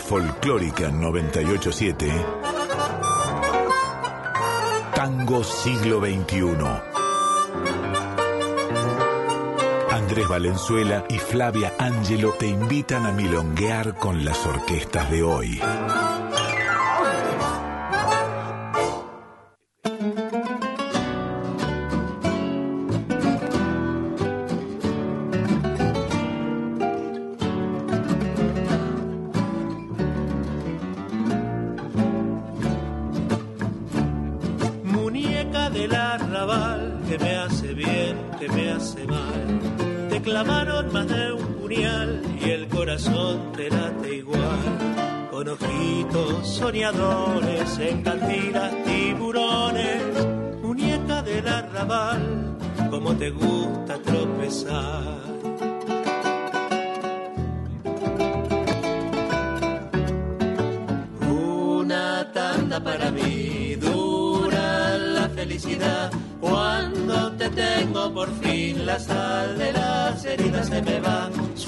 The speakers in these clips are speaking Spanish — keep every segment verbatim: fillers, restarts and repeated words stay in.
Folclórica noventa y ocho punto siete, Tango Siglo veintiuno. Andrés Valenzuela y Flavia Ángelo te invitan a milonguear con las orquestas de hoy. Muñeca del arrabal, que me hace bien, que me hace mal. Te clavaron más de un puñal y el corazón te late igual. Con ojitos soñadores, en cantinas tiburones. Muñeca del arrabal, como te gusta tropezar. Una tanda para mí, dura la felicidad. Cuando te tengo por fin, la sal de las heridas se me va.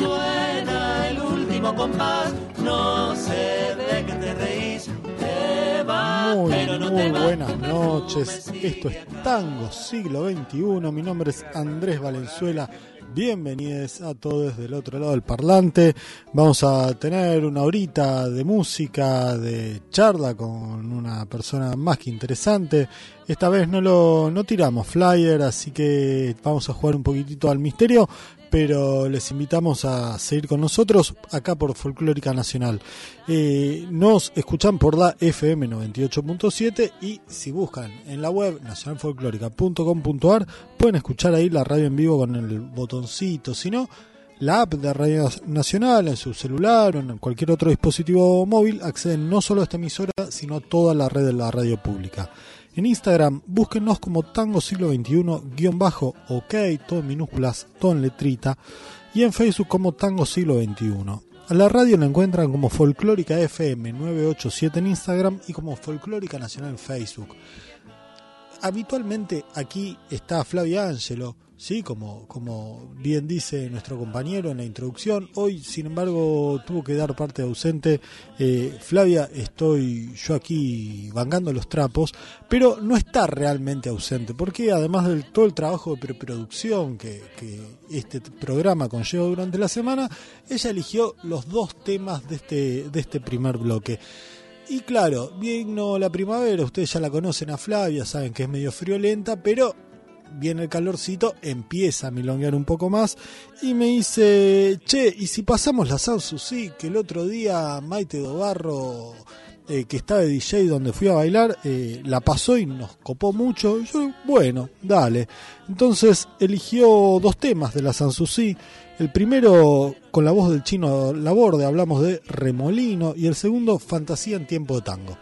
Suena el último compás, no sé de qué te reís. Te va, Muy, pero no muy te va. buenas noches. Esto es Tango Siglo veintiuno. Mi nombre es Andrés Valenzuela. Bienvenidos a todos del otro lado del parlante. Vamos a tener una horita de música, de charla con una persona más que interesante. Esta vez no lo no tiramos flyer, así que vamos a jugar un poquitito al misterio, pero les invitamos a seguir con nosotros acá por Folclórica Nacional. Eh, nos escuchan por la F M noventa y ocho punto siete y si buscan en la web nacional folclórica punto com punto a r pueden escuchar ahí la radio en vivo con el botoncito, si no, la app de Radio Nacional en su celular o en cualquier otro dispositivo móvil acceden no solo a esta emisora, sino a toda la red de la radio pública. En Instagram, búsquennos como Tango Siglo veintiuno, guión bajo, ok, todo en minúsculas, todo en letrita, y en Facebook como Tango Siglo veintiuno. A la radio la encuentran como Folclórica F M novecientos ochenta y siete en Instagram y como Folclórica Nacional en Facebook. Habitualmente aquí está Flavia Ángelo, sí, como, como bien dice nuestro compañero en la introducción. Hoy, sin embargo, tuvo que dar parte ausente. Eh, Flavia, estoy yo aquí vangando los trapos, pero no está realmente ausente, porque además de todo el trabajo de preproducción que, que este programa conlleva durante la semana, ella eligió los dos temas de este, de este primer bloque. Y claro, vino la primavera, ustedes ya la conocen a Flavia, saben que es medio friolenta, pero viene el calorcito, empieza a milonguear un poco más y me dice, che, ¿y si pasamos la Sanssouci? Que el otro día Maite Dobarro, eh, que estaba de D J donde fui a bailar, eh, la pasó y nos copó mucho. Y yo, bueno, dale. Entonces eligió dos temas de la Sanssouci. El primero, con la voz del Chino Laborde, hablamos de Remolino, y el segundo, Fantasía en tiempo de tango.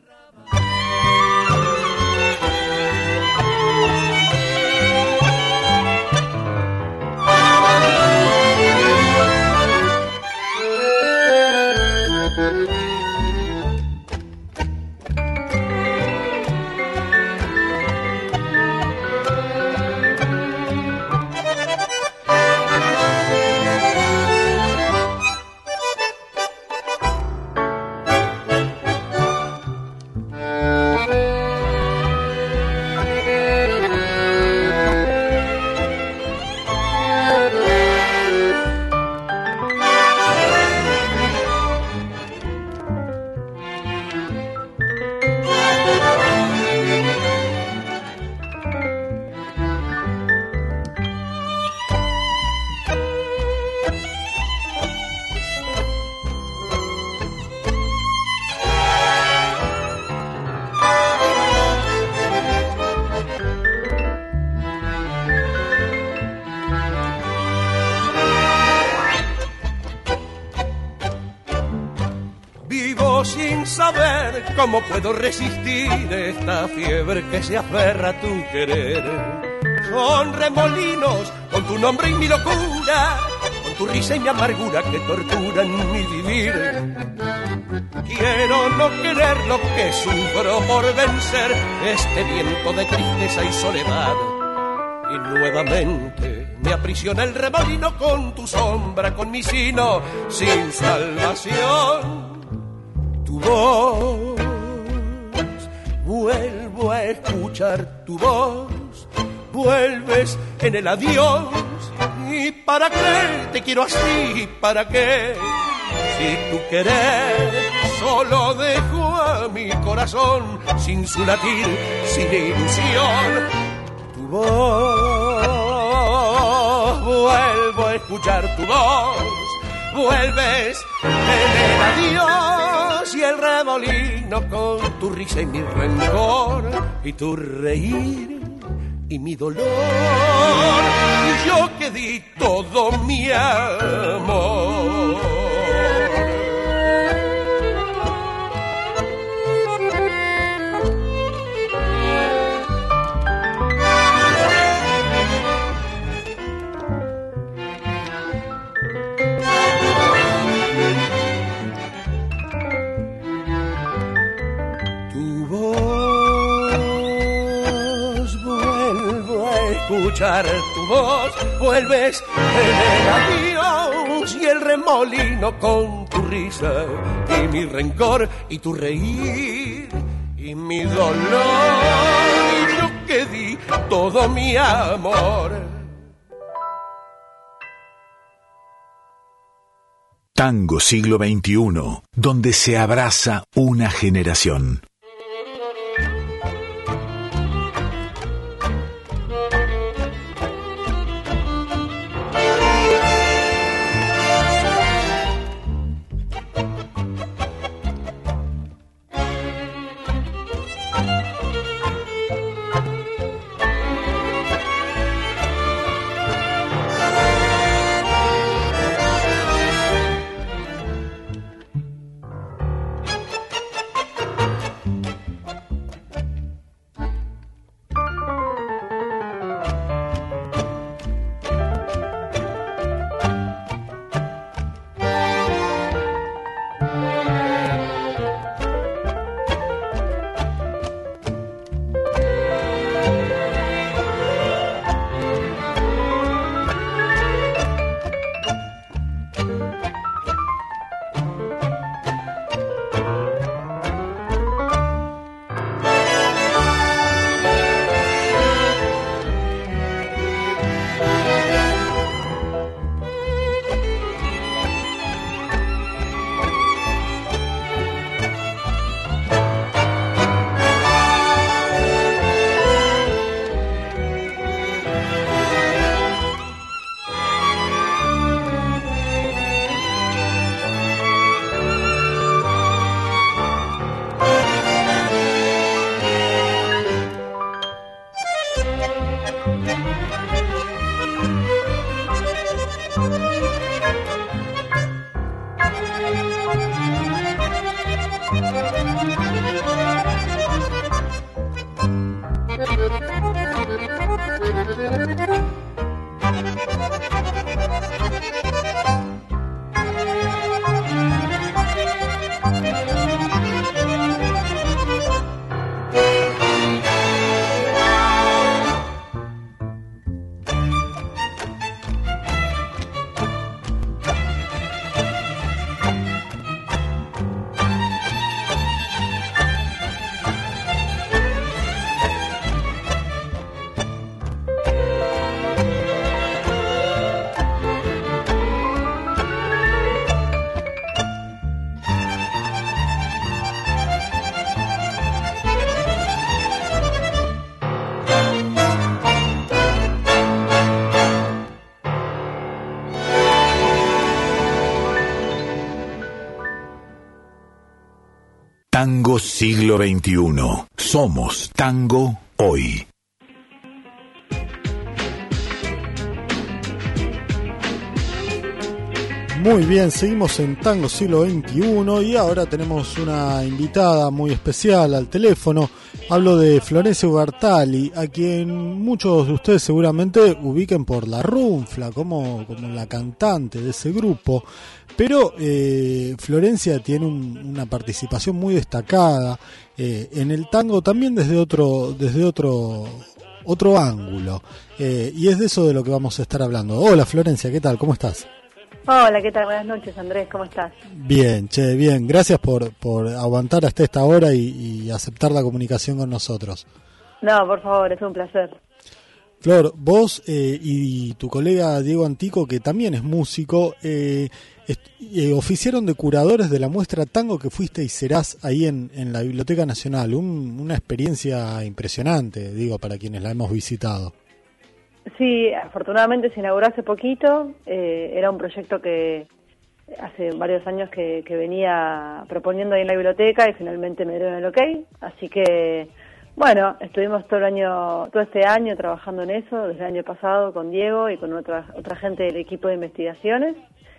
Saber cómo puedo resistir esta fiebre que se aferra a tu querer. Son remolinos con tu nombre y mi locura, con tu risa y mi amargura que torturan mi vivir. Quiero no querer lo que sufro por vencer este viento de tristeza y soledad. Y nuevamente me aprisiona el remolino con tu sombra, con mi sino sin salvación. tu voz, vuelvo a escuchar tu voz, vuelves en el adiós. ¿Y para qué te quiero así? ¿Para qué? Si tu querer solo dejo a mi corazón sin su latir, sin ilusión. Tu voz, vuelvo a escuchar tu voz, vuelves en el adiós y el remolino con tu risa y mi rencor y tu reír y mi dolor. Y yo que di todo mi amor. Escuchar tu voz, vuelves en el adiós y el remolino con tu risa y mi rencor y tu reír y mi dolor. Y yo que di todo mi amor. Tango siglo veintiuno, donde se abraza una generación. Tango siglo veintiuno. Somos tango hoy. Muy bien, seguimos en Tango siglo veintiuno y ahora tenemos una invitada muy especial al teléfono. Hablo de Florencia Ugartali, a quien muchos de ustedes seguramente ubiquen por La Runfla, como, como la cantante de ese grupo. Pero eh, Florencia tiene un, una participación muy destacada eh, en el tango, también desde otro, desde otro, otro ángulo. Eh, y es de eso de lo que vamos a estar hablando. Hola Florencia, ¿qué tal? ¿Cómo estás? Hola, ¿qué tal? Buenas noches, Andrés, ¿cómo estás? Bien, che, bien. Gracias por, por aguantar hasta esta hora y, y aceptar la comunicación con nosotros. No, por favor, es un placer. Flor, vos eh, y tu colega Diego Antico, que también es músico, eh, est- eh, oficiaron de curadores de la muestra Tango que fuiste y serás ahí en, en la Biblioteca Nacional. Un, una experiencia impresionante, digo, para quienes la hemos visitado. Sí, afortunadamente se inauguró hace poquito, eh, era un proyecto que hace varios años que, que venía proponiendo ahí en la biblioteca y finalmente me dieron el ok, así que bueno, estuvimos todo el año, todo este año trabajando en eso, desde el año pasado con Diego y con otra, otra gente del equipo de investigaciones,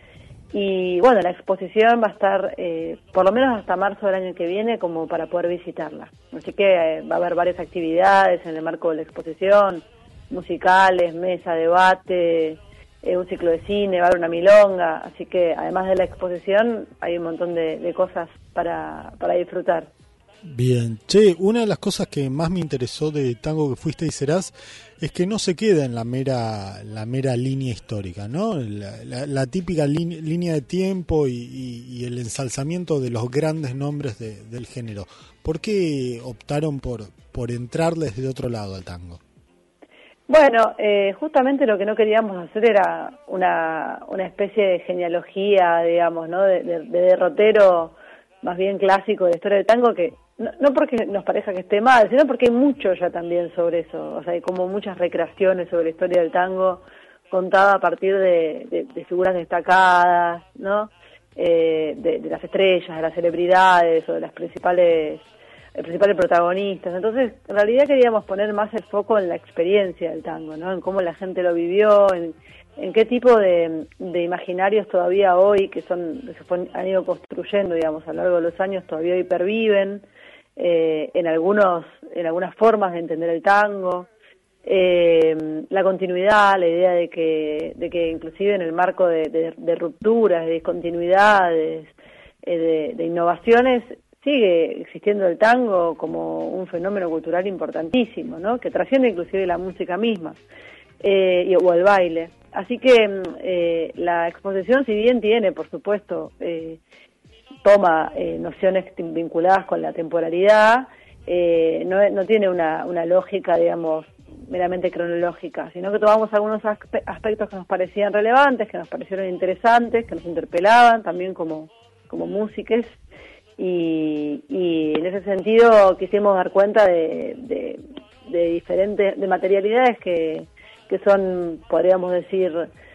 y bueno, la exposición va a estar eh, por lo menos hasta marzo del año que viene como para poder visitarla, así que eh, va a haber varias actividades en el marco de la exposición, musicales, mesa, debate, eh, un ciclo de cine, va a haber una milonga, así que además de la exposición hay un montón de, de cosas para, para disfrutar. Bien, che, una de las cosas que más me interesó de Tango que fuiste y serás es que no se queda en la mera la mera línea histórica, ¿no? La, la, la típica li- línea de tiempo y, y, y el ensalzamiento de los grandes nombres de, del género. ¿Por qué optaron por, por entrar desde otro lado al tango? Bueno, eh, justamente lo que no queríamos hacer era una, una especie de genealogía, digamos, ¿no? De, de, de derrotero más bien clásico de la historia del tango, que no, no porque nos parezca que esté mal, sino porque hay mucho ya también sobre eso. O sea, hay como muchas recreaciones sobre la historia del tango contada a partir de, de, de figuras destacadas, ¿no? Eh, de, de las estrellas, de las celebridades o de las principales... principales protagonistas. Entonces, en realidad queríamos poner más el foco en la experiencia del tango, ¿no? En cómo la gente lo vivió, en, en qué tipo de, de imaginarios todavía hoy, que son que se han ido construyendo, digamos, a lo largo de los años, todavía hoy perviven, eh, en algunos en algunas formas de entender el tango, eh, la continuidad, la idea de que de que inclusive en el marco de, de, de rupturas, de discontinuidades, eh, de, de innovaciones, sigue existiendo el tango como un fenómeno cultural importantísimo, ¿no? Que trasciende inclusive la música misma, eh, y, o el baile. Así que eh, la exposición, si bien tiene, por supuesto, eh, toma eh, nociones vinculadas con la temporalidad, eh, no, no tiene una, una lógica, digamos, meramente cronológica, sino que tomamos algunos aspe- aspectos que nos parecían relevantes, que nos parecieron interesantes, que nos interpelaban también como, como músicos. Y, y en ese sentido quisimos dar cuenta de, de, de diferentes de materialidades que, que son, podríamos decir,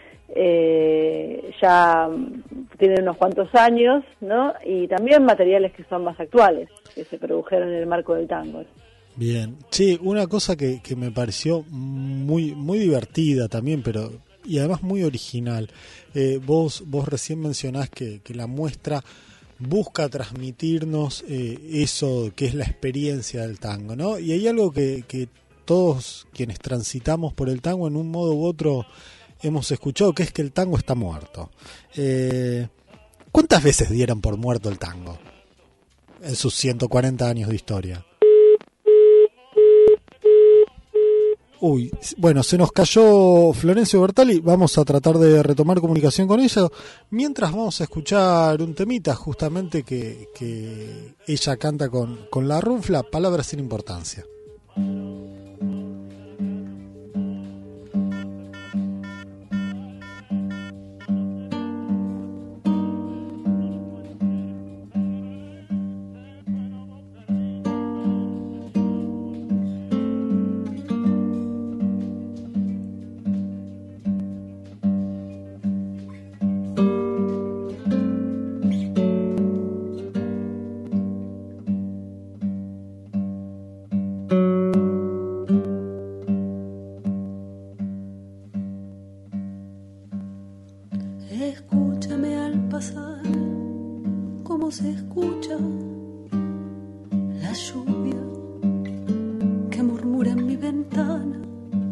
eh, ya tienen unos cuantos años, ¿no? Y también materiales que son más actuales, que se produjeron en el marco del tango. Bien, sí, una cosa que, que me pareció muy muy divertida también, pero y además muy original. Eh, vos vos recién mencionás que, que la muestra busca transmitirnos eh, eso que es la experiencia del tango, ¿no? Y hay algo que, que todos quienes transitamos por el tango en un modo u otro hemos escuchado, que es que el tango está muerto. Eh, ¿Cuántas veces dieron por muerto el tango en sus ciento cuarenta años de historia? Uy, bueno, se nos cayó Florencio Bertali, vamos a tratar de retomar comunicación con ella, mientras vamos a escuchar un temita justamente que, que ella canta con, con la Runfla, Palabras sin importancia. Escúchame al pasar, como se escucha la lluvia que murmura en mi ventana,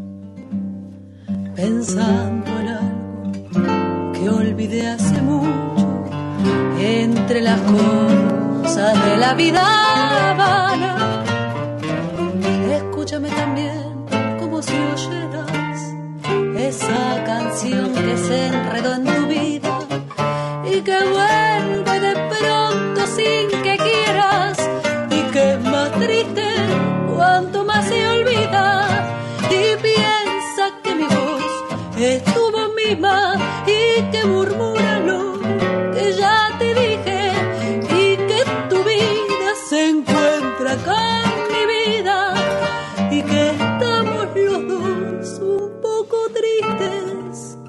pensando en algo que olvidé hace mucho, entre las cosas de la vida vana. Escúchame también, como si oyeras esa canción que se enredó en tu vida, que vuelve de pronto sin que quieras, y que es más triste cuanto más se olvida, y piensa que mi voz estuvo misma y que murmura lo que ya te dije, y que tu vida se encuentra con mi vida, y que estamos los dos un poco tristes.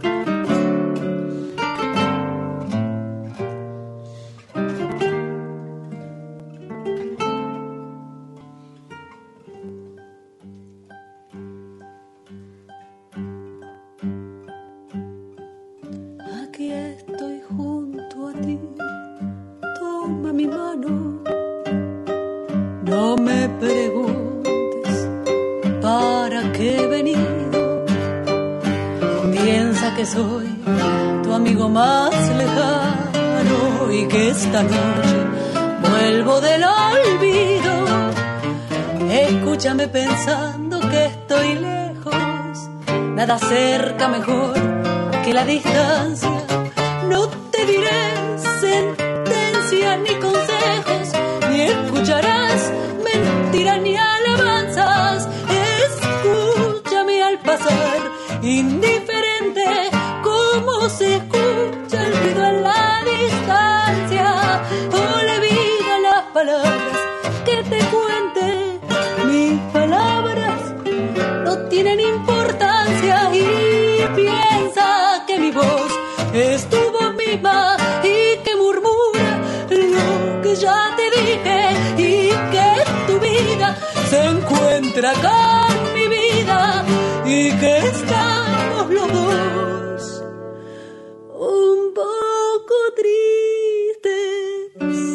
Aquí estoy junto a ti, toma mi mano, no me preguntes para qué he venido, piensa que soy tu amigo más lejano y que esta noche vuelvo del olvido. Escúchame pensando que estoy lejos, nada cerca mejor que la distancia. No te diré sentencias ni consejos, ni escucharás mentiras ni alabanzas. Escúchame al pasar, indiferente como se escucha el ruido en la distancia. Olvida las palabras que te cuente, mis palabras no tienen importancia, y piensa que mi voz es tu voz misma y que murmura lo que ya te dije, y que tu vida se encuentra con mi vida, y que estamos los dos un poco tristes.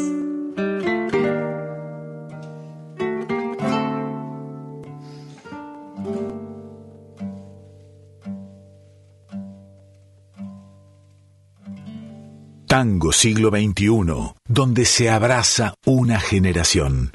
Tango siglo veintiuno, donde se abraza una generación.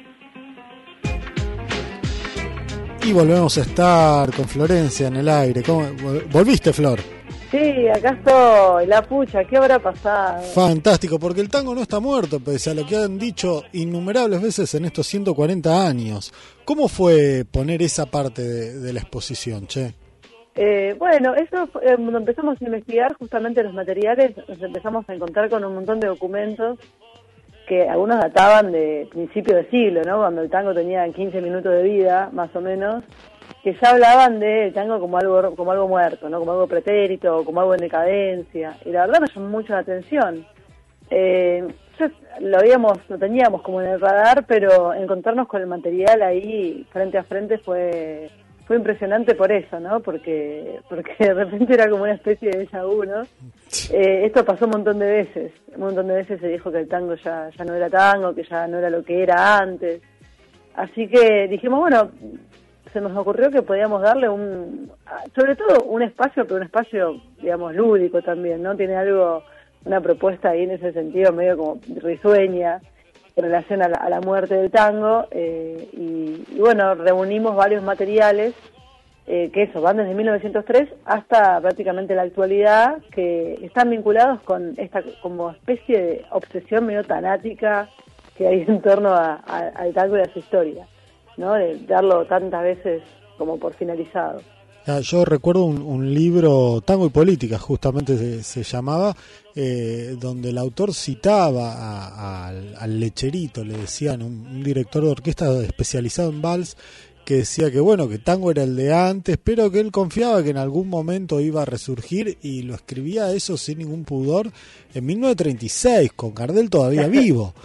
Y volvemos a estar con Florencia en el aire. ¿Cómo? ¿Volviste, Flor? Sí, acá estoy, la pucha, ¿qué habrá pasado? Fantástico, porque el tango no está muerto, pese a lo que han dicho innumerables veces en estos ciento cuarenta años. ¿Cómo fue poner esa parte de, de la exposición, che? Eh, bueno, eso fue, eh, cuando empezamos a investigar justamente los materiales, nos empezamos a encontrar con un montón de documentos que algunos databan de principio de siglo, ¿no? Cuando el tango tenía quince minutos de vida, más o menos, que ya hablaban del tango como algo como algo muerto, ¿no? Como algo pretérito, como algo en decadencia. Y la verdad me llamó mucho la atención. Eh, ya lo habíamos, lo teníamos como en el radar, pero encontrarnos con el material ahí frente a frente fue fue impresionante por eso, ¿no? Porque porque de repente era como una especie de déjà vu, ¿no? Eh, esto pasó un montón de veces. Un montón de veces se dijo que el tango ya, ya no era tango, que ya no era lo que era antes. Así que dijimos, bueno, se nos ocurrió que podíamos darle un, sobre todo un espacio, pero un espacio, digamos, lúdico también, ¿no? Tiene algo, una propuesta ahí en ese sentido medio como risueña en relación a la, a la muerte del tango, eh, y, y bueno, reunimos varios materiales, eh, que eso, van desde mil novecientos tres hasta prácticamente la actualidad, que están vinculados con esta como especie de obsesión medio tanática que hay en torno a, a, al tango y a su historia, ¿no? De darlo tantas veces como por finalizado. Yo recuerdo un, un libro, Tango y Política, justamente se, se llamaba, eh, donde el autor citaba a, a, al, al Lecherito, le decían, un, un director de orquesta especializado en vals, que decía que bueno, que tango era el de antes, pero que él confiaba que en algún momento iba a resurgir, y lo escribía eso sin ningún pudor en mil novecientos treinta y seis, con Gardel todavía vivo.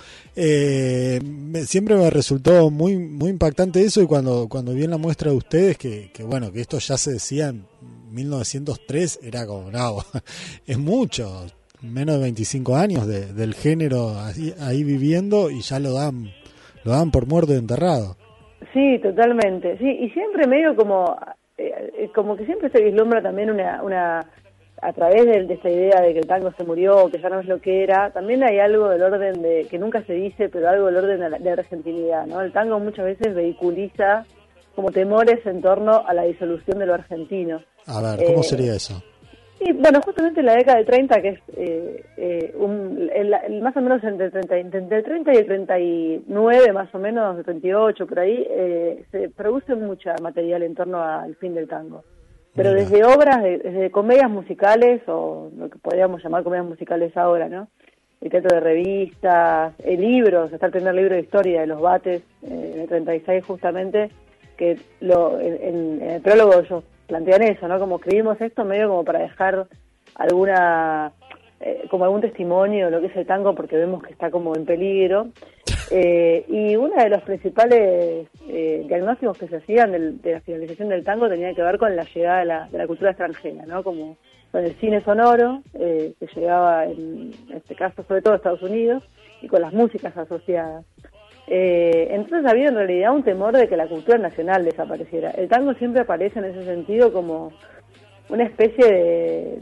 Eh, me, siempre me resultó muy muy impactante eso, y cuando cuando vi en la muestra de ustedes que, que bueno, que esto ya se decía en mil novecientos tres, era como, no, es mucho, menos de veinticinco años de, del género ahí, ahí viviendo, y ya lo dan lo dan por muerto y enterrado. Sí, totalmente. Sí, y siempre medio como eh, como que siempre se vislumbra también una una a través de, de esta idea de que el tango se murió, que ya no es lo que era. También hay algo del orden de que nunca se dice, pero algo del orden de la, de la argentinidad, ¿no? El tango muchas veces vehiculiza como temores en torno a la disolución de lo argentino. A ver, ¿cómo eh, sería eso? Y bueno, justamente en la década del treinta, que es eh, eh, un, el, el más o menos entre el, treinta, entre el treinta y el treinta y nueve, más o menos, el treinta y ocho, por ahí, eh, se produce mucha material en torno al fin del tango. Pero Mira. desde obras, de, desde comedias musicales, o lo que podríamos llamar comedias musicales ahora, ¿no? El teatro de revistas, eh, libros, hasta el primer libro de historia de los Bates, eh, en el treinta y seis justamente, que lo, en, en el prólogo ellos plantean eso, ¿no? Como escribimos esto medio como para dejar alguna, eh, como algún testimonio de lo que es el tango, porque vemos que está como en peligro. Eh, y uno de los principales eh, diagnósticos que se hacían del, de la finalización del tango tenía que ver con la llegada de la, de la cultura extranjera, ¿no? Como con el cine sonoro, eh, que llegaba en este caso sobre todo a Estados Unidos, y con las músicas asociadas. Eh, entonces había en realidad un temor de que la cultura nacional desapareciera. El tango siempre aparece en ese sentido como una especie de,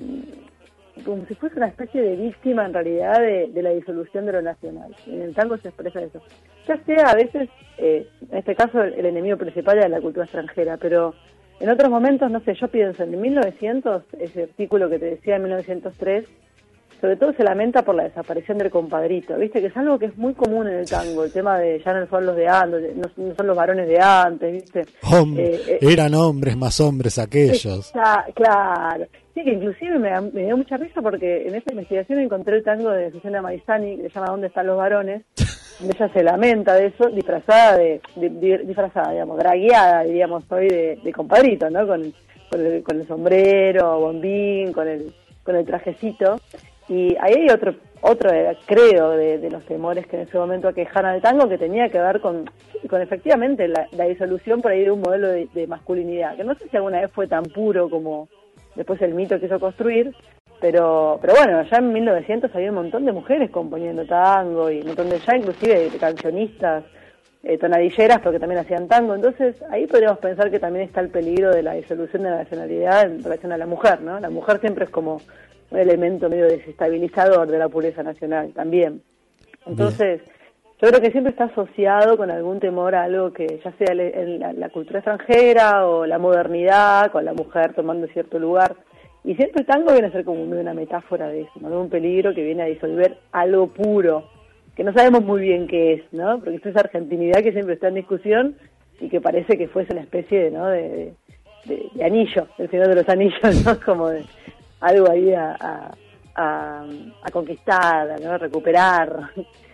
como si fuese una especie de víctima en realidad de, de la disolución de lo nacional. En el tango se expresa eso. Ya sea a veces, eh, en este caso el, el enemigo principal de la cultura extranjera, pero en otros momentos, no sé, yo pienso en mil novecientos, ese artículo que te decía en mil novecientos tres, sobre todo se lamenta por la desaparición del compadrito, viste, que es algo que es muy común en el tango, el tema de ya no son los de antes, no, no son los varones de antes, viste. Hom eh, eh, eran hombres más hombres aquellos. Está, claro, sí, que inclusive me, me dio mucha risa porque en esta investigación encontré el tango de Susana Maizani, que se llama ¿Dónde están los varones?, donde ella se lamenta de eso, disfrazada de, de, de disfrazada, digamos, dragueada, diríamos hoy, de, de compadrito, ¿no? Con, con, el, con el sombrero, bombín, con el, con el trajecito. Y ahí hay otro, otro creo, de, de los temores que en ese momento aquejaron al tango, que tenía que ver con, con efectivamente la, la disolución por ahí de un modelo de, de masculinidad, que no sé si alguna vez fue tan puro como después el mito quiso construir, pero pero bueno, ya en mil novecientos había un montón de mujeres componiendo tango, y un montón de, ya inclusive de cancionistas, eh, tonadilleras, porque también hacían tango. Entonces ahí podríamos pensar que también está el peligro de la disolución de la nacionalidad en relación a la mujer, ¿no? La mujer siempre es como un elemento medio desestabilizador de la pureza nacional también. Entonces, bien, yo creo que siempre está asociado con algún temor a algo que ya sea en la, la cultura extranjera o la modernidad, con la mujer tomando cierto lugar. Y siempre el tango viene a ser como una metáfora de eso, ¿no? De un peligro que viene a disolver algo puro, que no sabemos muy bien qué es, ¿no? Porque esta es argentinidad que siempre está en discusión y que parece que fuese una especie de, ¿no? de, de, de anillo, el Señor de los Anillos, ¿no? Como de algo ahí a, a, a, a conquistar, ¿no? A recuperar.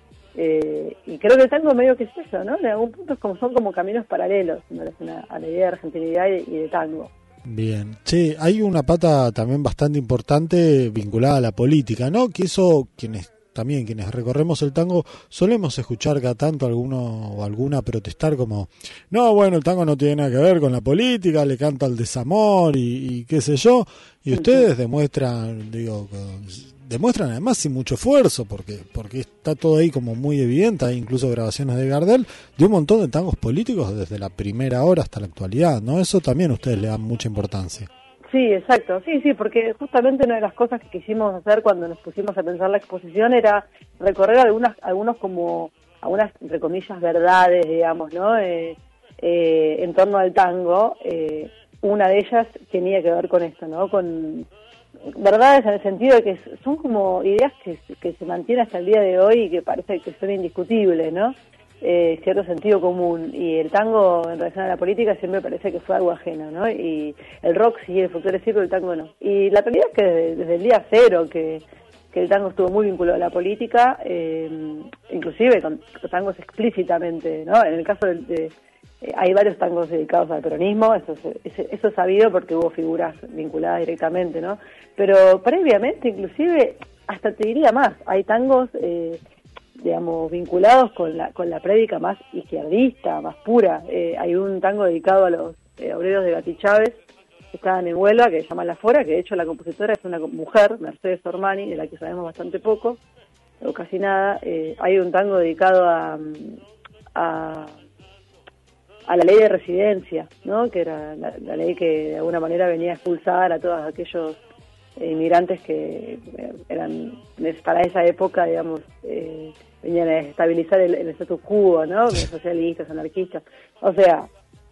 Eh, y creo que el tango medio que es eso, ¿no? En algún punto es como, son como caminos paralelos, ¿no? A la idea de argentinidad y, y de tango. Bien, sí, hay una pata también bastante importante vinculada a la política, ¿no? Que eso, quienes también quienes recorremos el tango, solemos escuchar cada tanto alguno o alguna protestar como, no, bueno, el tango no tiene nada que ver con la política, le canta al desamor y, y qué sé yo, y ustedes demuestran, digo, demuestran además sin mucho esfuerzo, porque porque está todo ahí como muy evidente, hay incluso grabaciones de Gardel, de un montón de tangos políticos desde la primera hora hasta la actualidad, ¿no? Eso también ustedes le dan mucha importancia. Sí, exacto, sí, sí, porque justamente una de las cosas que quisimos hacer cuando nos pusimos a pensar la exposición era recorrer algunas, algunos como, algunas, entre comillas, verdades, digamos, ¿no? Eh, eh, en torno al tango. Eh, una de ellas tenía que ver con esto, ¿no? Con verdades en el sentido de que son como ideas que, que se mantienen hasta el día de hoy y que parece que son indiscutibles, ¿no? Eh, cierto sentido común, y el tango en relación a la política siempre parece que fue algo ajeno, ¿no? Y el rock sí, el folclore sí, pero el tango no. Y la realidad es que desde, desde el día cero que, que el tango estuvo muy vinculado a la política, eh, inclusive con tangos explícitamente, ¿no? En el caso de, de eh, hay varios tangos dedicados al peronismo, eso es, eso es sabido porque hubo figuras vinculadas directamente, ¿no? Pero previamente, inclusive, hasta te diría más, hay tangos eh, digamos, vinculados con la con la prédica más izquierdista, más pura. Eh, hay un tango dedicado a los eh, obreros de Gati Chávez, que estaban en huelga, que se llama La Fora, que de hecho la compositora es una mujer, Mercedes Ormani, de la que sabemos bastante poco, o casi nada. Eh, hay un tango dedicado a, a a la ley de residencia, ¿no? Que era la, la ley que de alguna manera venía a expulsar a todos aquellos inmigrantes que eran para esa época, digamos, eh, venían a estabilizar el, el status quo, ¿no? Socialistas, anarquistas. O sea,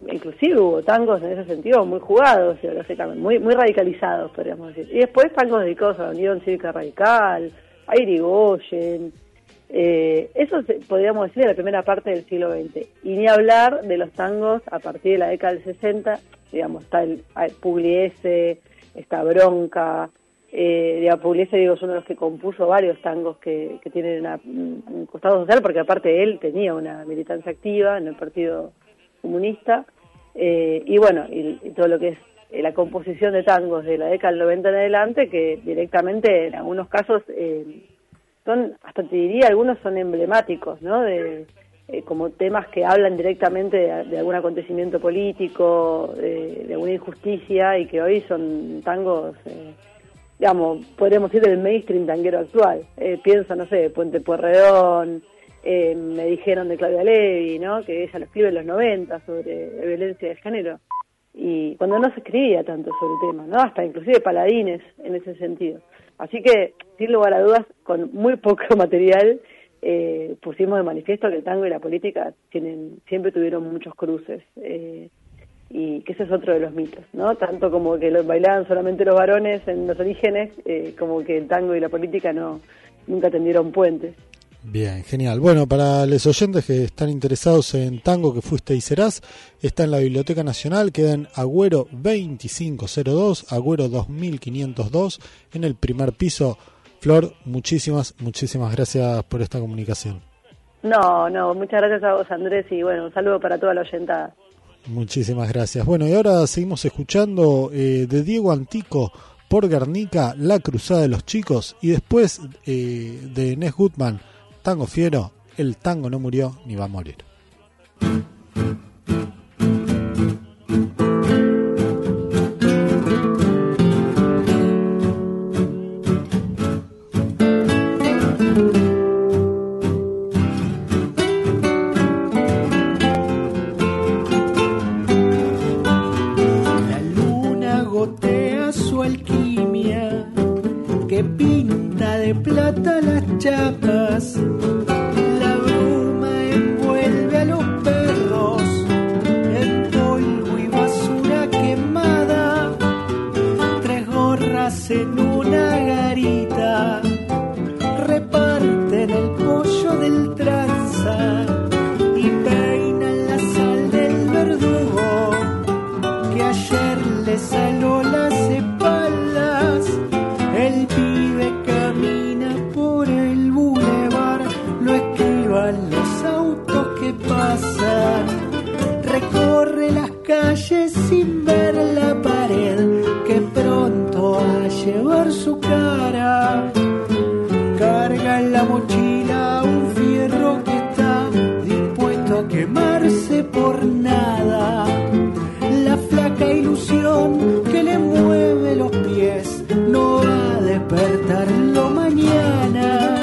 inclusive hubo tangos en ese sentido muy jugados, ideológicamente, muy muy radicalizados, podríamos decir. Y después tangos dedicados a la Unión Cívica Radical, a Irigoyen, eh, eso se, podríamos decir de la primera parte del siglo veinte. Y ni hablar de los tangos a partir de la década del sesenta, digamos, está el, el Pugliese, está Bronca, eh, digamos, Pugliese, digo, es uno de los que compuso varios tangos que, que tienen una, un costado social, porque aparte él tenía una militancia activa en el Partido Comunista, eh, y bueno, y, y todo lo que es eh, la composición de tangos de la década del noventa en adelante, que directamente en algunos casos eh, son, hasta te diría, algunos son emblemáticos, ¿no? De, eh, como temas que hablan directamente de, de algún acontecimiento político, de, de alguna injusticia, y que hoy son tangos, eh, digamos, podríamos decir del mainstream tanguero actual. Eh, pienso, no sé, Puente Pueyrredón, eh, me dijeron de Claudia Levi, ¿no? Que ella lo escribe en los noventa sobre violencia de género, y cuando no se escribía tanto sobre el tema, ¿no? Hasta inclusive Paladines en ese sentido. Así que, sin lugar a dudas, con muy poco material, eh, pusimos de manifiesto que el tango y la política tienen, siempre tuvieron muchos cruces, eh, y que ese es otro de los mitos, ¿no? Tanto como que lo bailaban solamente los varones en los orígenes, eh, como que el tango y la política no nunca tendieron puentes. Bien, genial. Bueno, para los oyentes que están interesados en Tango que fuiste y serás, está en la Biblioteca Nacional, queda en Agüero veinticinco cero dos, Agüero dos mil quinientos dos, en el primer piso. Flor, muchísimas, muchísimas gracias por esta comunicación. No, no, muchas gracias a vos, Andrés, y bueno, un saludo para toda la oyentada. Muchísimas gracias. Bueno, y ahora seguimos escuchando eh, de Diego Antico, por Guernica, La Cruzada de los Chicos, y después eh, de Nes Gutman, Tango Fiero, el tango no murió ni va a morir. La luna gotea su alquimia, que pinta de plata las chapas. La bruma envuelve a los perros en polvo y basura quemada. Tres gorras en una garita reparten el pollo del tranza y peinan la sal del verdugo que ayer le saló las espaldas. El pibe camina por el bulevar, lo esquivan los autos que pasan. Recorre las calles sin ver la pared, que pronto va a llevar su cara. Carga en la mochila un fierro que está dispuesto a quemarse por nada. La flaca ilusión que le mueve los pies no va a despertarlo mañana.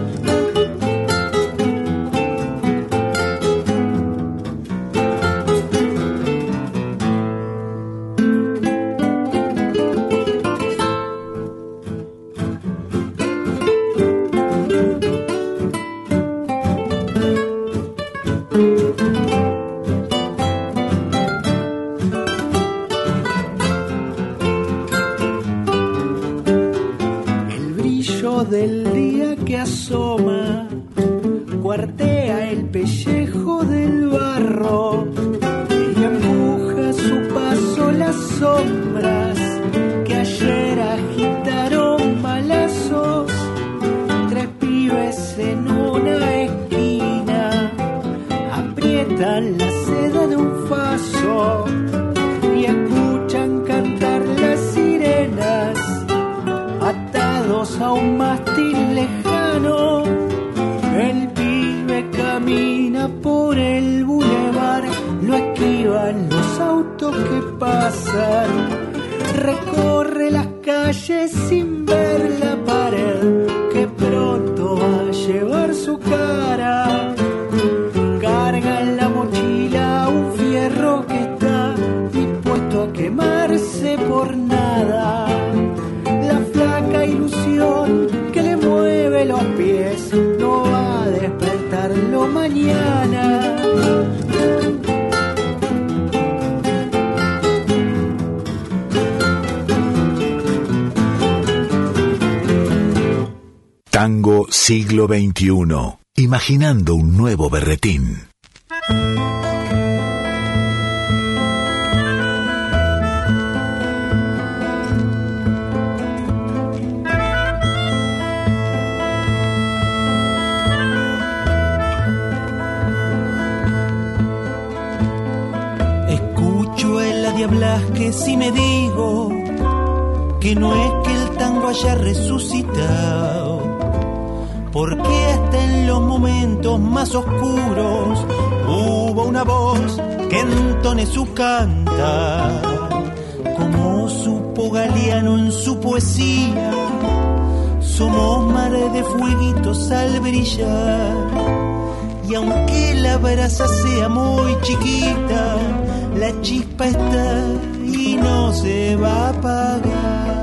Del día que asoma, cuartea el pellejo del barro y empuja a su paso las sombras que ayer agitaron balazos. Tres pibes en una esquina aprietan la seda de un faso y escuchan cantar las sirenas atados a un mástil lejano. El pibe camina por el bulevar, lo esquivan los autos que pasan. Recorre las calles sin ver la pared, que pronto va a llevar su cara. Carga en la mochila un fierro que está dispuesto a quemarse por nada. La ilusión que le mueve los pies no va a despertarlo mañana. Tango siglo veintiuno. Imaginando un nuevo berretín. Escucho en la diablas que si me digo que no es que el tango haya resucitado, porque hasta en los momentos más oscuros hubo una voz que entone su cantar, como supo Galeano en su poesía. Somos mares de fueguitos al brillar, y aunque la brasa sea muy chiquita, la chispa está y no se va a apagar.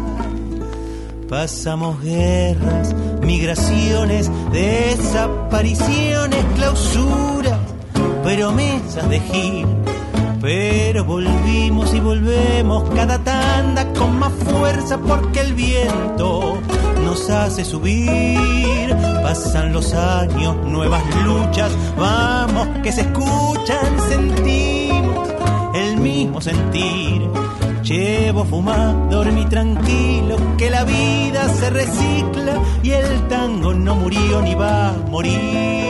Pasamos guerras, migraciones, desapariciones, clausuras, promesas de gil, pero volvimos y volvemos cada tanda con más fuerza porque el viento nos hace subir. Pasan los años, nuevas luchas, vamos que se escuchan, sentimos el mismo sentir. Llevo fumar, dormí tranquilo, que la vida se recicla y el tango no murió ni va a morir.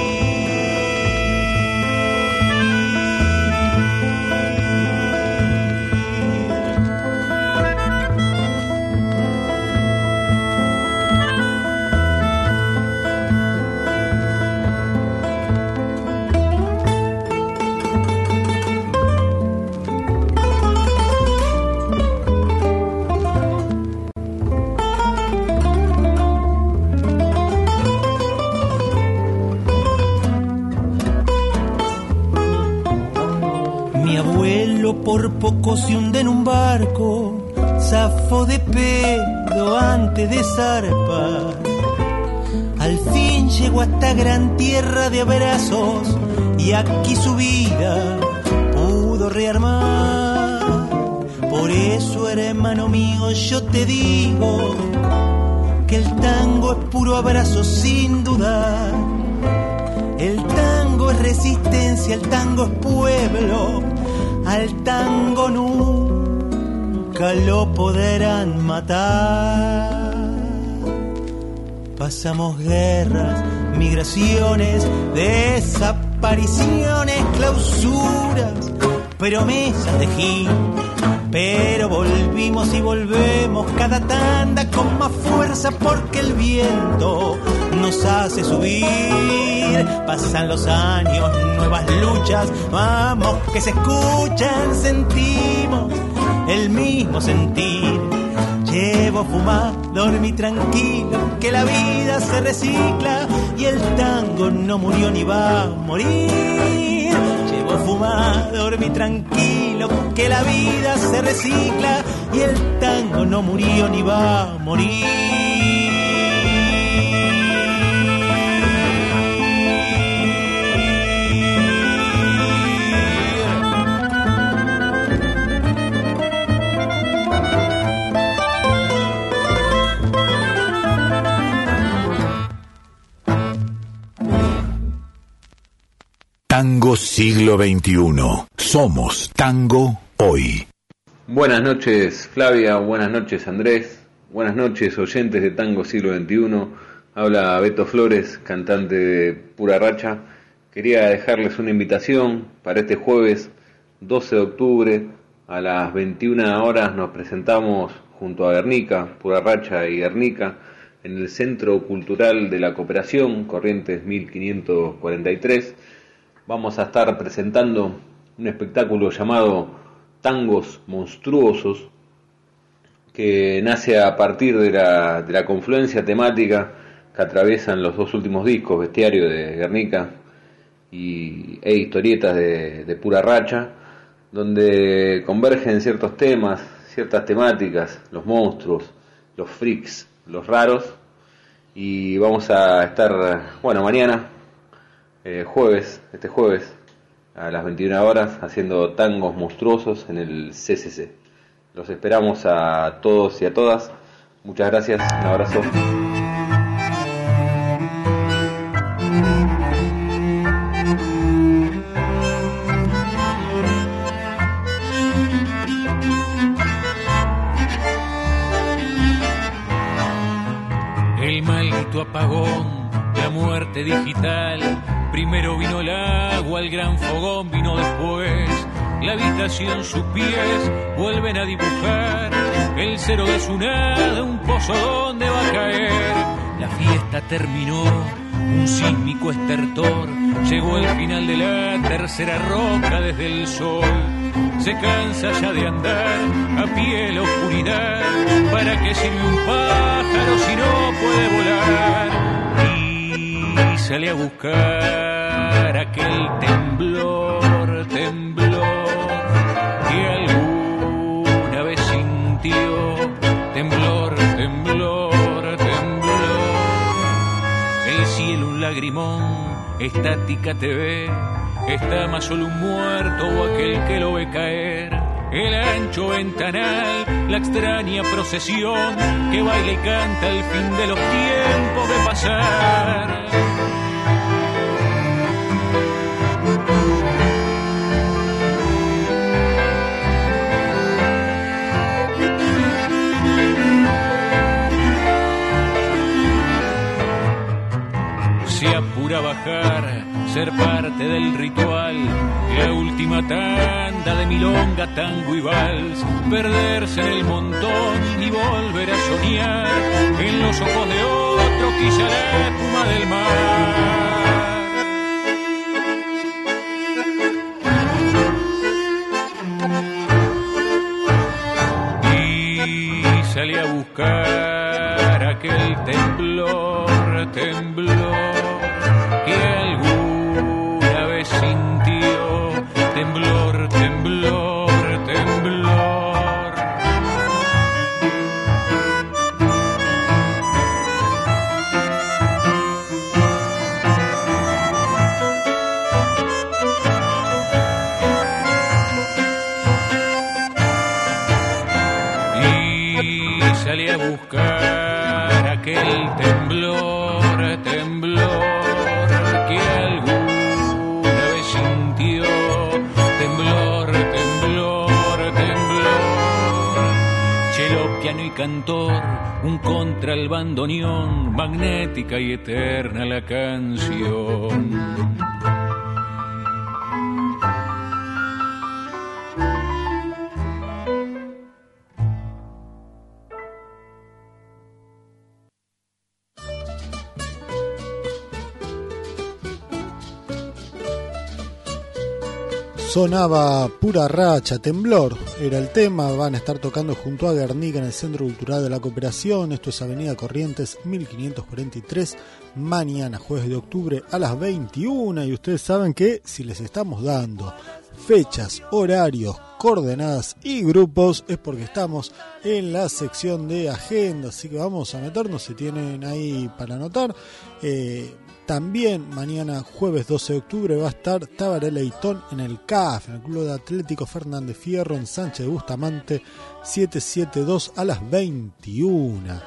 Por poco se hunde en un barco, zafó de pedo antes de zarpar. Al fin llegó a esta gran tierra de abrazos y aquí su vida pudo rearmar. Por eso, hermano mío, yo te digo que el tango es puro abrazo sin dudar. El tango es resistencia, el tango es pueblo. Al tango nunca lo podrán matar. Pasamos guerras, migraciones, desapariciones, clausuras, promesas de gil, pero volvimos y volvemos cada tanda con más fuerza porque el viento nos hace subir. Pasan los años, nuevas luchas, vamos que se escuchan, sentimos el mismo sentir. Llevo fumar, dormí tranquilo, que la vida se recicla y el tango no murió ni va a morir. Llevo fumar, dormí tranquilo, que la vida se recicla y el tango no murió ni va a morir. Tango siglo veintiuno. Somos tango hoy. Buenas noches Flavia, buenas noches Andrés, buenas noches oyentes de Tango siglo veintiuno. Habla Beto Flores, cantante de Pura Racha. Quería dejarles una invitación para este jueves doce de octubre a las veintiuna horas. Nos presentamos junto a Guernica, Pura Racha y Guernica, en el Centro Cultural de la Cooperación, Corrientes mil quinientos cuarenta y tres. Vamos a estar presentando un espectáculo llamado Tangos Monstruosos, que nace a partir de la, de la confluencia temática que atraviesan los dos últimos discos, Bestiario de Guernica y, e Historietas de, de Pura Racha, donde convergen ciertos temas, ciertas temáticas, los monstruos, los freaks, los raros, y vamos a estar, bueno, mañana, Eh, jueves, este jueves, a las veintiuna horas, haciendo tangos monstruosos en el C C C. Los esperamos a todos y a todas. Muchas gracias, un abrazo. el maldito apagón, la muerte digital. Primero vino el agua, el gran fogón vino después. La habitación, sus pies vuelven a dibujar el cero de su nada, un pozo donde va a caer. La fiesta terminó, un sísmico estertor. Llegó el final de la tercera roca desde el sol. Se cansa ya de andar a pie la oscuridad. ¿Para qué sirve un pájaro si no puede volar? Y sale a buscar aquel temblor, temblor que alguna vez sintió. Temblor, temblor, temblor. El cielo un lagrimón, estática te ve. Está más solo un muerto o aquel que lo ve caer. El ancho ventanal, la extraña procesión que baila y canta el fin de los tiempos de pasar. Se apura a bajar, ser parte del ritual, la última tanda de milonga, tango y vals, perderse en el montón y volver a soñar en los ojos de otro, quizá la espuma del mar. Y salí a buscar aquel temblor, temblor que alguna vez sintió. Temblor, temblor, temblor. Y salí a buscar aquel temblor, temblor que alguna vez sintió. Temblor, temblor, temblor. Cello, piano y cantor, un contra el bandoneón, magnética y eterna la canción. Sonaba Pura Racha, Temblor, era el tema. Van a estar tocando junto a Guernica en el Centro Cultural de la Cooperación. Esto es Avenida Corrientes mil quinientos cuarenta y tres, mañana jueves de octubre a las veintiuna. Y ustedes saben que si les estamos dando fechas, horarios, coordenadas y grupos es porque estamos en la sección de agenda, así que vamos a meternos, si tienen ahí para anotar. eh, También mañana jueves doce de octubre va a estar Tabaré Leitón en el C A F, en el Club de Atlético Fernández Fierro, en Sánchez de Bustamante setecientos setenta y dos a las veintiuna.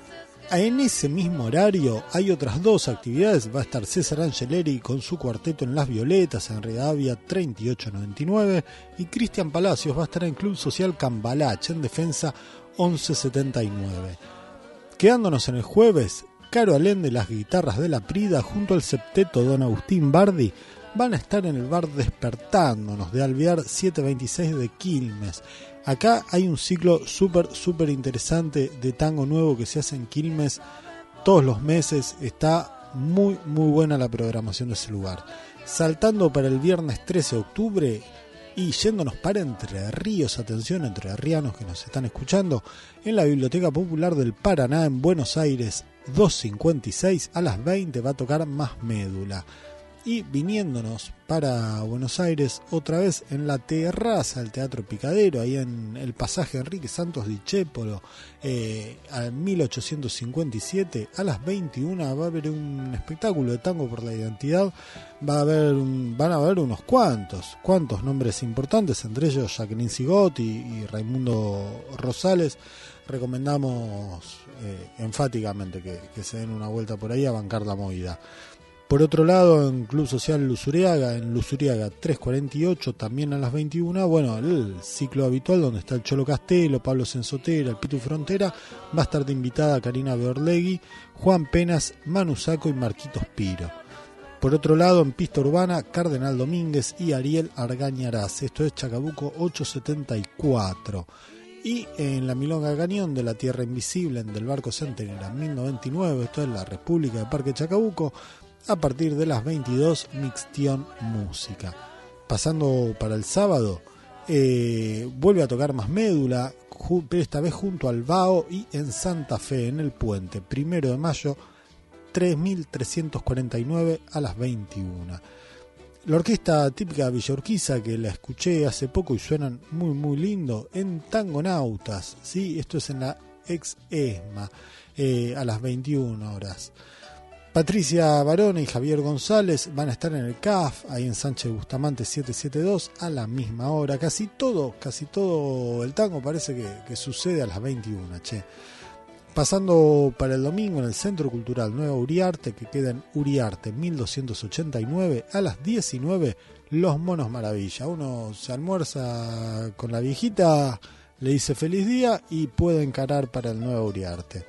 En ese mismo horario hay otras dos actividades. Va a estar César Angeleri con su cuarteto en Las Violetas, en Rivadavia treinta y ocho noventa y nueve, y Cristian Palacios va a estar en Club Social Cambalache, en Defensa once setenta y nueve. Quedándonos en el jueves, Caro Alén de las Guitarras de la Prida junto al septeto Don Agustín Bardi van a estar en el bar Despertándonos de Alvear setecientos veintiséis de Quilmes. Acá hay un ciclo súper, súper interesante de tango nuevo que se hace en Quilmes todos los meses. Está muy, muy buena la programación de ese lugar. Saltando para el viernes trece de octubre y yéndonos para Entre Ríos, atención entrerrianos que nos están escuchando, en la Biblioteca Popular del Paraná en Buenos Aires, doscientos cincuenta y seis a las veinte va a tocar Más Médula. Y viniéndonos para Buenos Aires, otra vez en la terraza del Teatro Picadero, ahí en el pasaje Enrique Santos Discépolo, eh, al mil ochocientos cincuenta y siete, a las veintiuna va a haber un espectáculo de tango por la identidad. Va a haber un, van a haber unos cuantos, cuantos nombres importantes, entre ellos Jacqueline Sigot y, y Raimundo Rosales. Recomendamos eh, enfáticamente que, que se den una vuelta por ahí a bancar la movida. Por otro lado, en Club Social Luzuriaga, en Luzuriaga trescientos cuarenta y ocho, también a las veintiuna, bueno, el ciclo habitual donde está el Cholo Castelo, Pablo Sensotera, el Pitu Frontera, va a estar de invitada Karina Beorlegui, Juan Penas, Manu Saco y Marquitos Piro. Por otro lado, en Pista Urbana, Cardenal Domínguez y Ariel Argañarás, esto es Chacabuco ochocientos setenta y cuatro. Y en la Milonga Cañón de la Tierra Invisible, en Del Barco Centenera, mil noventa y nueve, esto es la República de Parque Chacabuco, a partir de las veintidós, Mixtión Música. Pasando para el sábado, eh, vuelve a tocar Más Médula, pero esta vez junto al Bao y en Santa Fe, en el Puente, primero de mayo, tres mil trescientos cuarenta y nueve a las veintiuna. La orquesta típica Villa Urquiza, que la escuché hace poco y suenan muy muy lindo, en Tangonautas, ¿sí? Esto es en la ex ESMA, eh, a las veintiuna horas. Patricia Barone y Javier González van a estar en el C A F, ahí en Sánchez Bustamante setecientos setenta y dos, a la misma hora. Casi todo, casi todo el tango parece que, que sucede a las veintiuna, che. Pasando para el domingo en el Centro Cultural Nueva Uriarte, que queda en Uriarte mil doscientos ochenta y nueve, a las diecinueve, Los Monos Maravilla. Uno se almuerza con la viejita, le dice feliz día y puede encarar para el Nueva Uriarte.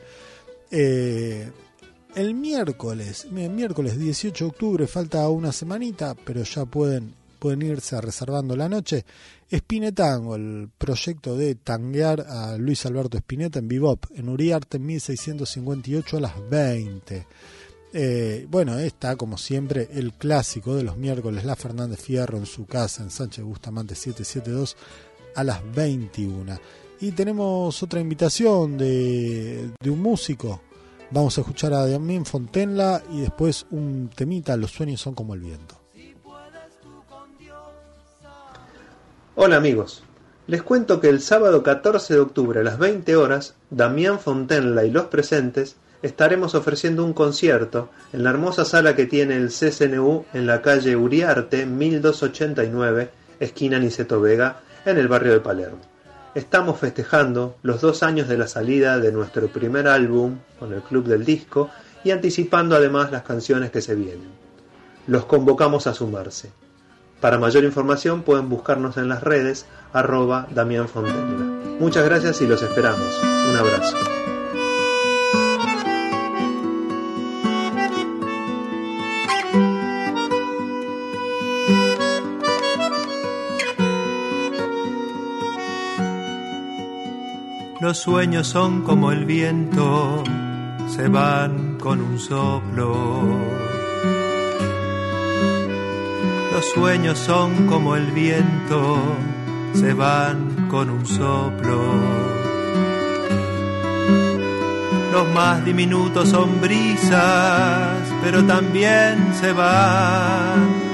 Eh... El miércoles, el miércoles dieciocho de octubre, falta una semanita, pero ya pueden, pueden irse reservando la noche. Spinetango, el proyecto de tanguear a Luis Alberto Spinetta en Bebop, en Uriarte mil seiscientos cincuenta y ocho a las veinte. Eh, bueno, está como siempre el clásico de los miércoles, La Fernández Fierro en su casa en Sánchez Bustamante setecientos setenta y dos a las veintiuna. Y tenemos otra invitación de, de un músico. Vamos a escuchar a Damián Fontenla y después un temita, Los sueños son como el viento. Hola amigos, les cuento que el sábado catorce de octubre a las veinte horas, Damián Fontenla y los presentes estaremos ofreciendo un concierto en la hermosa sala que tiene el C C N U en la calle Uriarte mil doscientos ochenta y nueve, esquina Niceto Vega, en el barrio de Palermo. Estamos festejando los dos años de la salida de nuestro primer álbum con el Club del Disco y anticipando además las canciones que se vienen. Los convocamos a sumarse. Para mayor información pueden buscarnos en las redes arroba Damián Fontenla. Muchas gracias y los esperamos. Un abrazo. Los sueños son como el viento, se van con un soplo. Los sueños son como el viento, se van con un soplo. Los más diminutos son brisas, pero también se van.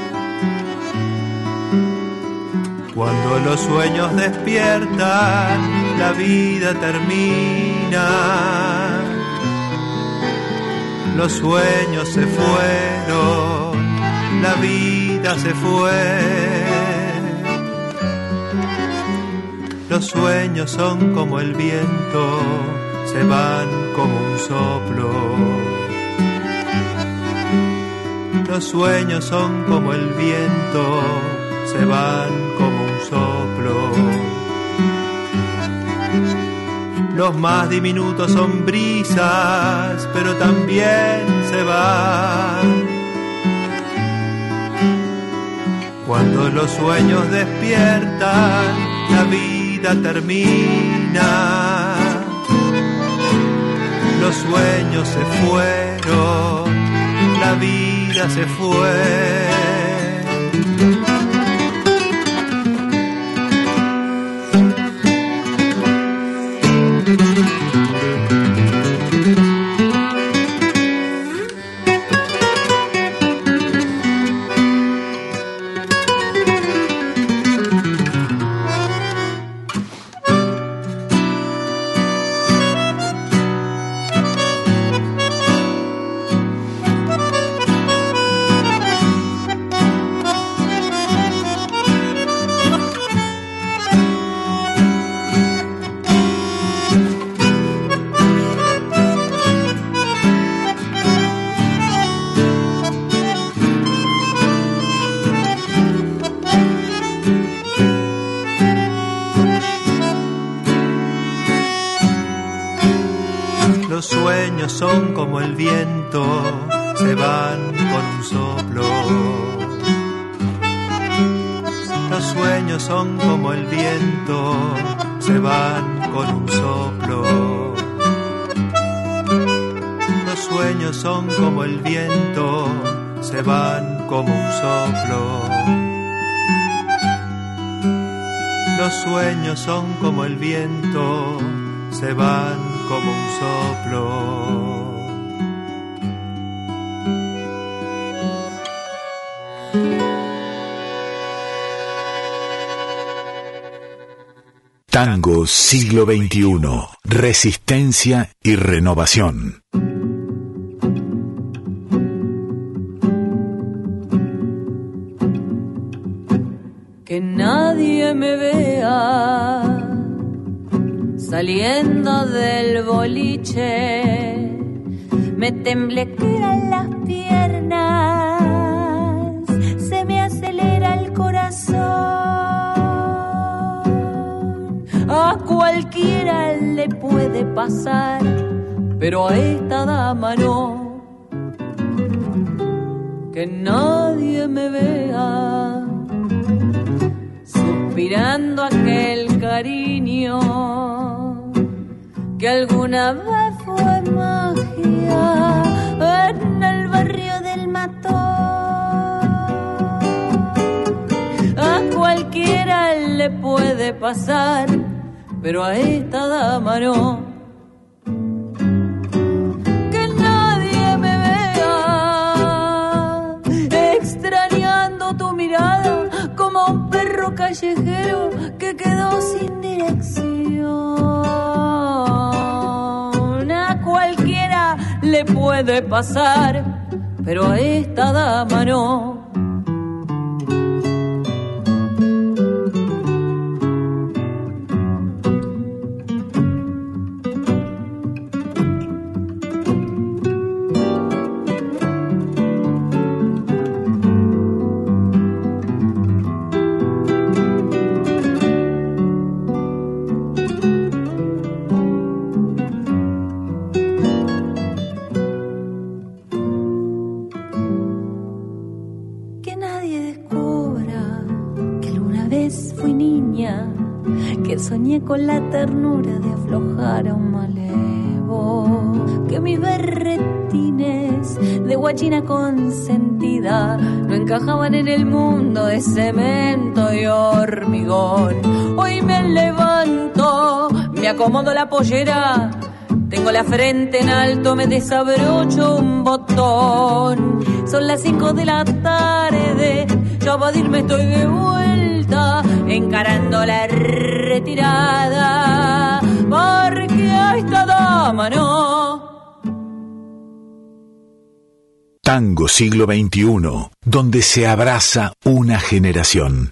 Cuando los sueños despiertan, la vida termina. Los sueños se fueron, la vida se fue. Los sueños son como el viento, se van como un soplo. Los sueños son como el viento, se van como un soplo. Los más diminutos son brisas, pero también se van. Cuando los sueños despiertan, la vida termina. Los sueños se fueron, la vida se fue. sueños son como el viento, se van con un soplo. Los sueños son como el viento, se van con un soplo. Los sueños son como el viento, se van como un soplo. Los sueños son como el viento, se van como un soplo. Tango siglo veintiuno. Resistencia y renovación. Que nadie me vea saliendo del boliche, me temblequean las piernas, se me acelera el corazón. A cualquiera le puede pasar, pero a esta dama no. Que nadie me vea suspirando aquel cariño que alguna vez fue magia en el barrio del Matón. A cualquiera le puede pasar, pero a esta dama no. Que nadie me vea extrañando tu mirada como un perro callejero que quedó sin dirección. A cualquiera le puede pasar, pero a esta dama no. Soñé con la ternura de aflojar a un malevo, que mis berretines de guachina consentida no encajaban en el mundo de cemento y hormigón. Hoy me levanto, me acomodo la pollera, tengo la frente en alto, me desabrocho un botón. Son las cinco de la tarde, yo para irme estoy de vuelta, encarando la retirada, porque a esta dama no. Tango siglo veintiuno, donde se abraza una generación.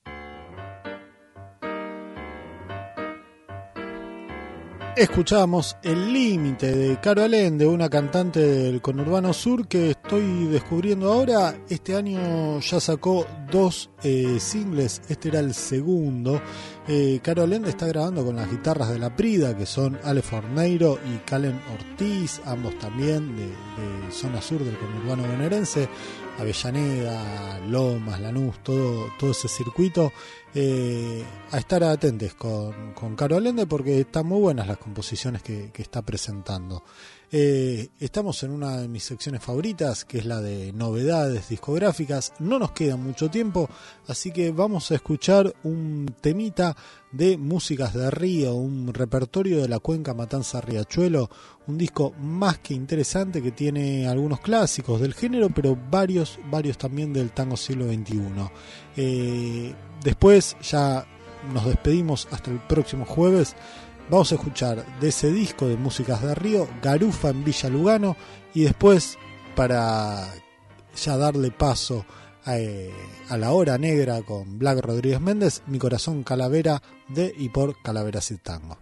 Escuchamos El Límite de Caro Allende, una cantante del conurbano sur que estoy descubriendo ahora. Este año ya sacó dos eh, singles, este era el segundo. Eh, Caro Allende está grabando con las guitarras de La Prida, que son Ale Forneiro y Calen Ortiz, ambos también de, de zona sur del conurbano bonaerense, Avellaneda, Lomas, Lanús, todo, todo ese circuito. Eh, a estar atentos con, con Caro Allende porque están muy buenas las composiciones que, que está presentando. Eh, estamos en una de mis secciones favoritas, que es la de novedades discográficas. No nos queda mucho tiempo, así que vamos a escuchar un temita de Músicas de Río, un repertorio de la Cuenca Matanza Riachuelo, un disco más que interesante que tiene algunos clásicos del género, pero varios, varios también del tango siglo veintiuno. Eh, después ya nos despedimos hasta el próximo jueves. Vamos a escuchar de ese disco de Músicas de Río, Garufa en Villa Lugano, y después, para ya darle paso a, eh, a la hora negra con Black Rodríguez Méndez, Mi Corazón Calavera de y por Calaveras y Tango.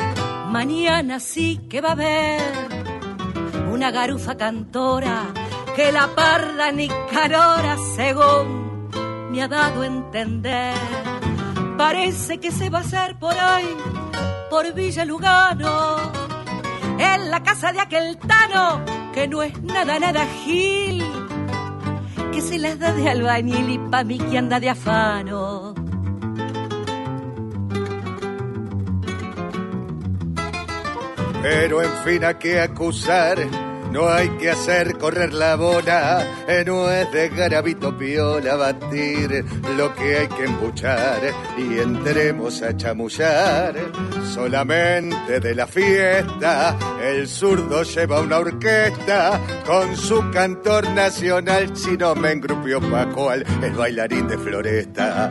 Mañana sí que va a haber una garufa cantora que la parda Nicanora, según me ha dado a entender, parece que se va a hacer por ahí, por Villa Lugano, en la casa de aquel Tano, que no es nada, nada gil, que se las da de albañil y pa' mí que anda de afano. Pero en fin, ¿a qué acusar? No hay que hacer correr la bola, eh, no es de garabito piola batir lo que hay que embuchar y entremos a chamullar. Solamente de la fiesta el zurdo lleva una orquesta con su cantor nacional, si no me engrupió pa' cual el bailarín de Floresta.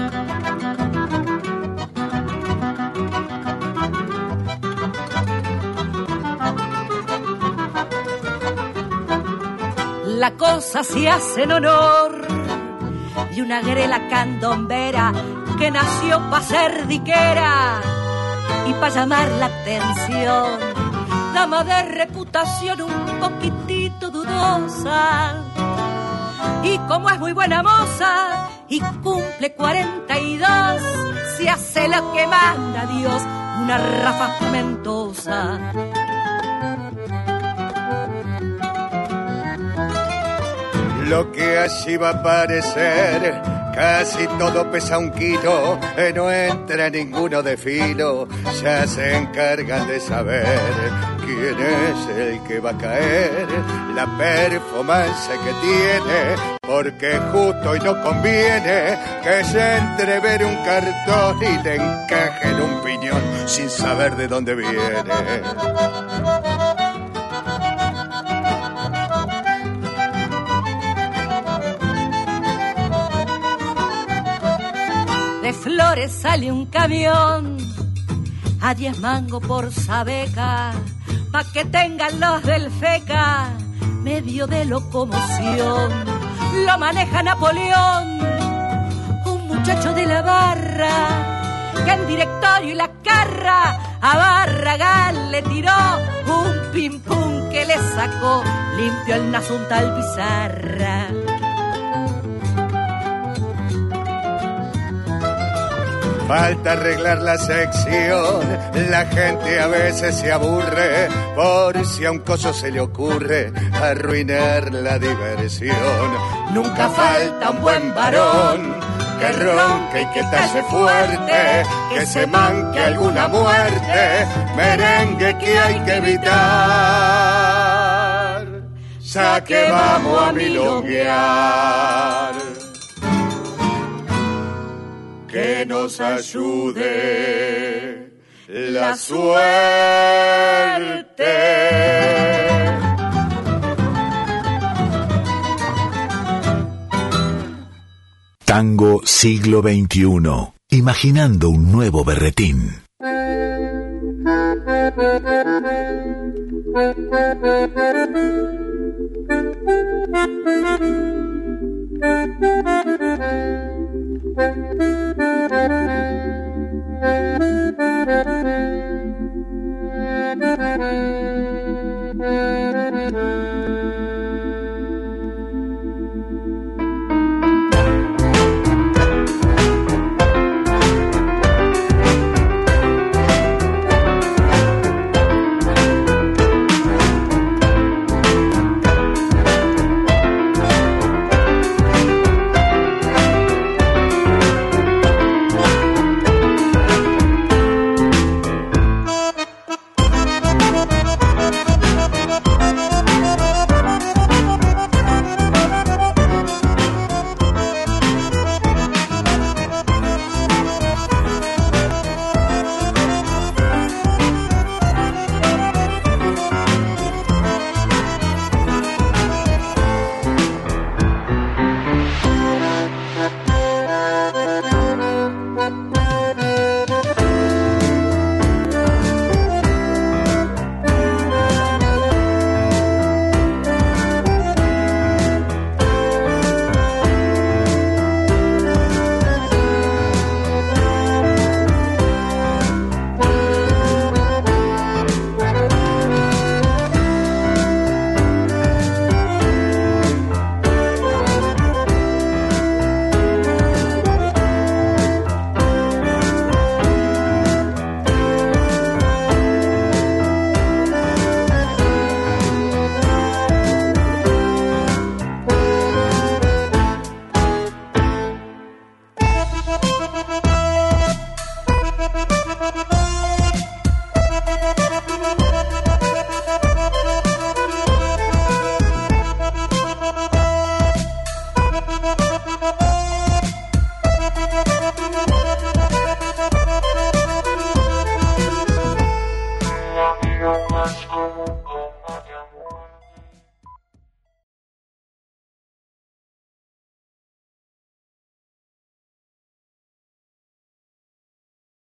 La cosa se hace en honor de una grela candombera que nació pa' ser diquera y pa' llamar la atención. Dama de reputación un poquitito dudosa, y como es muy buena moza y cumple cuarenta y dos, se hace lo que manda Dios, una rafa mentosa. Lo que allí va a parecer, casi todo pesa un kilo, eh, no entra ninguno de filo, ya se encargan de saber quién es el que va a caer, la performance que tiene, porque justo y no conviene que se entrevere un cartón y le encaje en un piñón sin saber de dónde viene. De Flores sale un camión a diez mangos por sabeca, pa' que tengan los del FECA medio de locomoción. Lo maneja Napoleón, un muchacho de la barra, que el directorio y la carra a Barragán le tiró un pim pum que le sacó limpio el nasuntal Pizarra. Falta arreglar la sección, la gente a veces se aburre, por si a un coso se le ocurre arruinar la diversión. Nunca falta un buen varón que ronque y que talle fuerte, que se manque alguna muerte, merengue que hay que evitar, ya que vamos a milonguear. Que nos ayude la suerte. Tango siglo veintiuno. Imaginando un nuevo berretín. Thank you.